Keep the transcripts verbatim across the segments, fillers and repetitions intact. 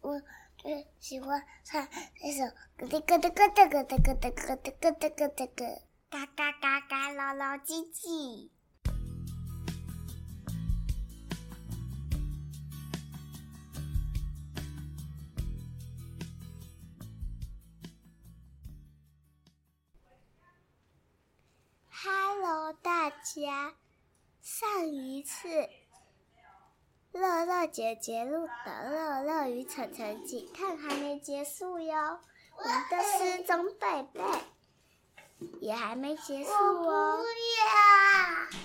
我最喜欢唱那首咯噔咯噔咯噔咯噔咯噔咯噔咯噔咯噔咯， 嘎嘎嘎嘎，老老唧唧。Hello， 大家，上一次乐乐姐姐录的乐乐与晨晨警探还没结束哟，我们的失踪贝贝也还没结束哦。 我不要。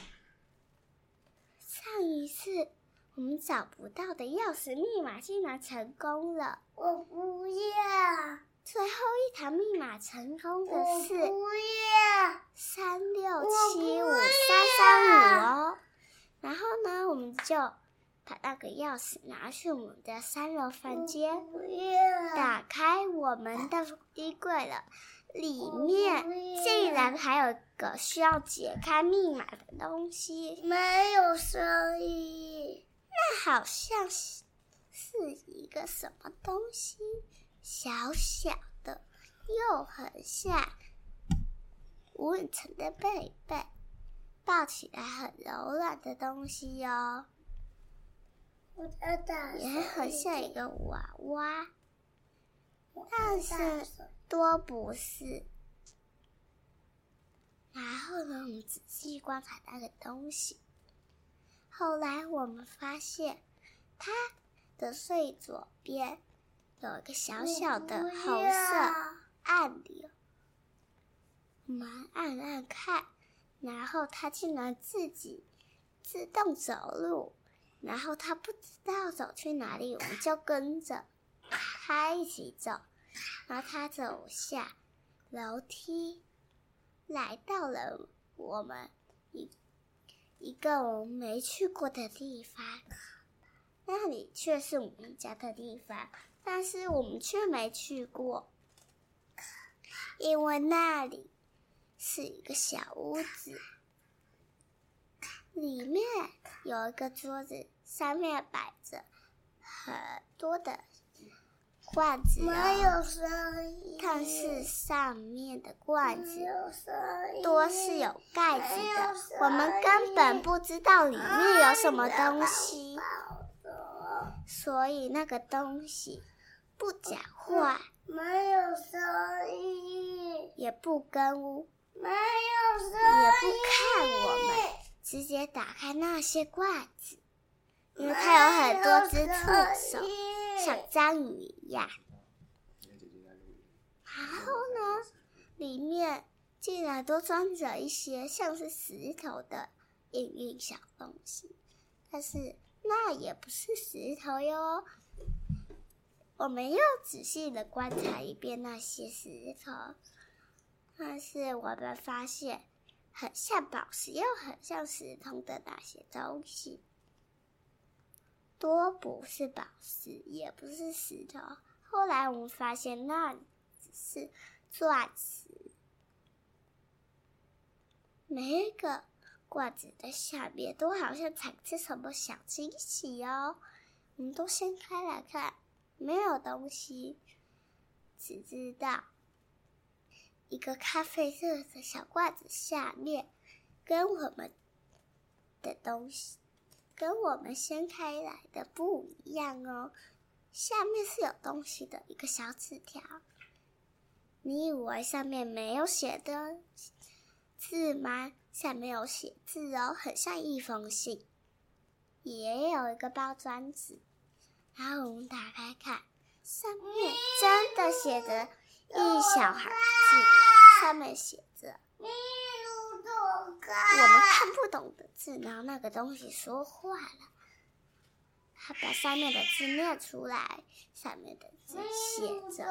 上一次我们找不到的钥匙密码竟然成功了。 我不要。 最后一条密码成功的是我不要。 三六七五三三五哦。然后呢，我们就把那个钥匙拿去我们的三楼房间，打开我们的衣柜了。里面竟然还有个需要解开密码的东西， 没有声音。 那好像是是一个什么东西，小小的，又很像吴允成的贝贝，抱起来很柔软的东西哦。 我再大声一点， 也很像一个娃娃，但是都不是。然后呢，我们仔细观察那个东西，后来我们发现它的最左边有一个小小的红色按钮，我们按按看，然后它竟然自己自动走路，然后它不知道走去哪里，我们就跟着它一起走，然后它走下楼梯，来到了我们一一个我们没去过的地方，那里却是我们家的地方，但是我们却没去过，因为那里是一个小屋子，里面有一个桌子，上面摆着很多的罐子、哦， 没有声音。 但是上面的罐子没有声音， 多是有盖子的，我们根本不知道里面有什么东西，所以那个东西不讲话， 没有声音， 也不跟屋， 没有声也不音， 看我们，直接打开那些罐子，因为它有很多只触手，像章鱼一样。然后呢，里面竟然都装着一些像是石头的硬硬小东西，但是那也不是石头哟。我们又仔细的观察一遍那些石头，但是我们发现很像宝石又很像石头的那些东西，都不是宝石，也不是石头。后来我们发现那只是钻石，每一个罐子的下面都好像藏着什么小惊喜哦。我们都掀开来看，没有东西，只知道一个咖啡色的小罐子下面跟我们的东西跟我们掀开来的不一样哦，下面是有东西的一个小纸条。你以为上面没有写的字吗？上面有写字哦，很像一封信，也有一个包装纸。然后我们打开看，上面真的写着一小行字，上面写着我们我们看不懂的字，然后那个东西说话了，他把上面的字念出来，上面的字写着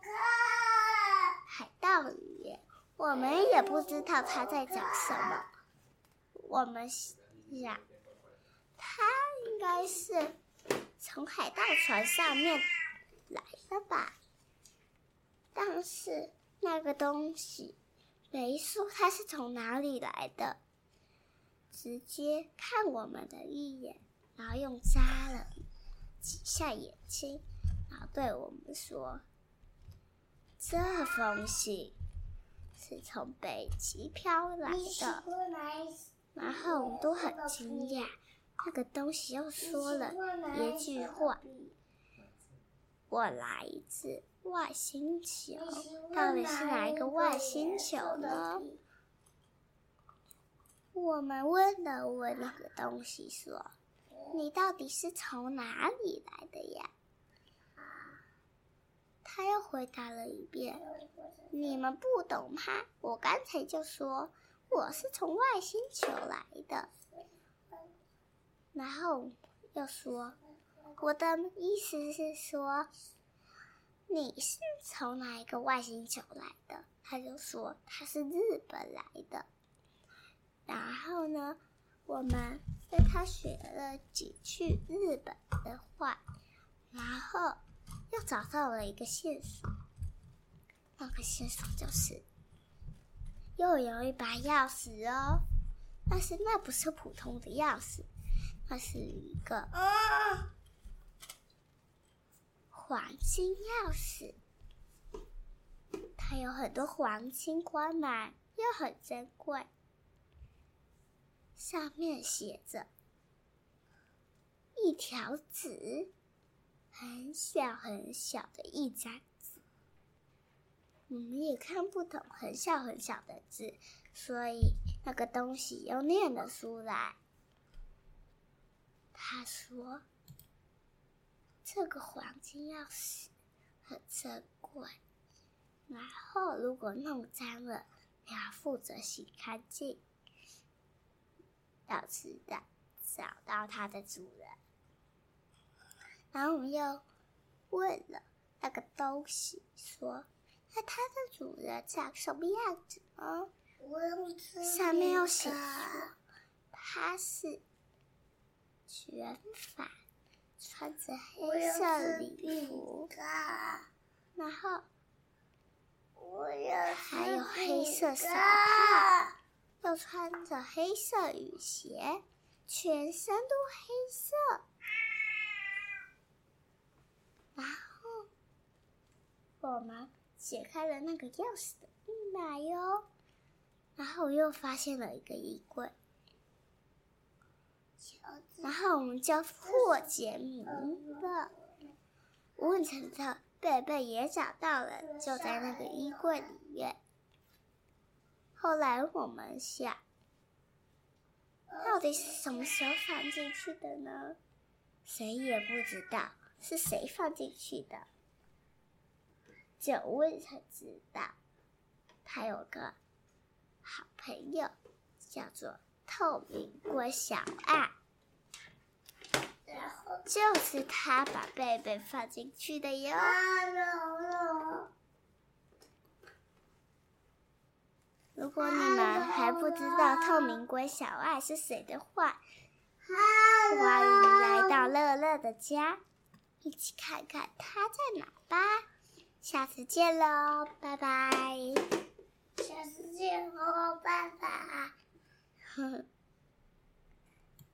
海盗语言，我们也不知道他在讲什么。我们想，他应该是从海盗船上面来的吧，但是那个东西没说他是从哪里来的，直接看我们的一眼，然后用眨了几下眼睛， 然后对我们说：“这封信是从北极飘来的。”然后我们都很惊讶，那个东西又说了一句话：“我来自外星球。”到底是哪一个外星球呢？我们问了问那个东西说：“你到底是从哪里来的呀？”他又回答了一遍：“你们不懂吗？我刚才就说我是从外星球来的。”然后又说：“我的意思是说，你是从哪一个外星球来的？”他就说他是日本来的。然后呢，我们跟他学了几句日本的话，然后又找到了一个线索。那个线索就是又有一把钥匙哦，但是那不是普通的钥匙，那是一个黄金钥匙，它有很多黄金光芒，又很珍贵。上面写着一条纸，很小很小的一张纸，我们也看不懂很小很小的字，所以那个东西又念了出来。他说：“这个黄金钥匙很珍贵，然后如果弄脏了，你要负责洗干净。要知道找到它的主人。”然后我们又问了那个东西说：“那它的主人长什么样子呢？”上面又写说他是卷发，穿着黑色礼服，然后还有黑色手套，又穿着黑色雨鞋，全身都黑色。然后我们解开了那个钥匙的密码哟，然后又发现了一个衣柜，然后我们就破解谜了。问成的贝贝也找到了，就在那个衣柜里面。后来我们想，到底是什么时候放进去的呢？谁也不知道是谁放进去的。只有问才知道，他有个好朋友叫做透明龟小爱，就是他把贝贝放进去的哟。如果你们还不知道透明龟小爱是谁的话，欢迎来到乐乐的家，一起看看他在哪吧。下次见喽，拜拜。 下次见哦，拜拜。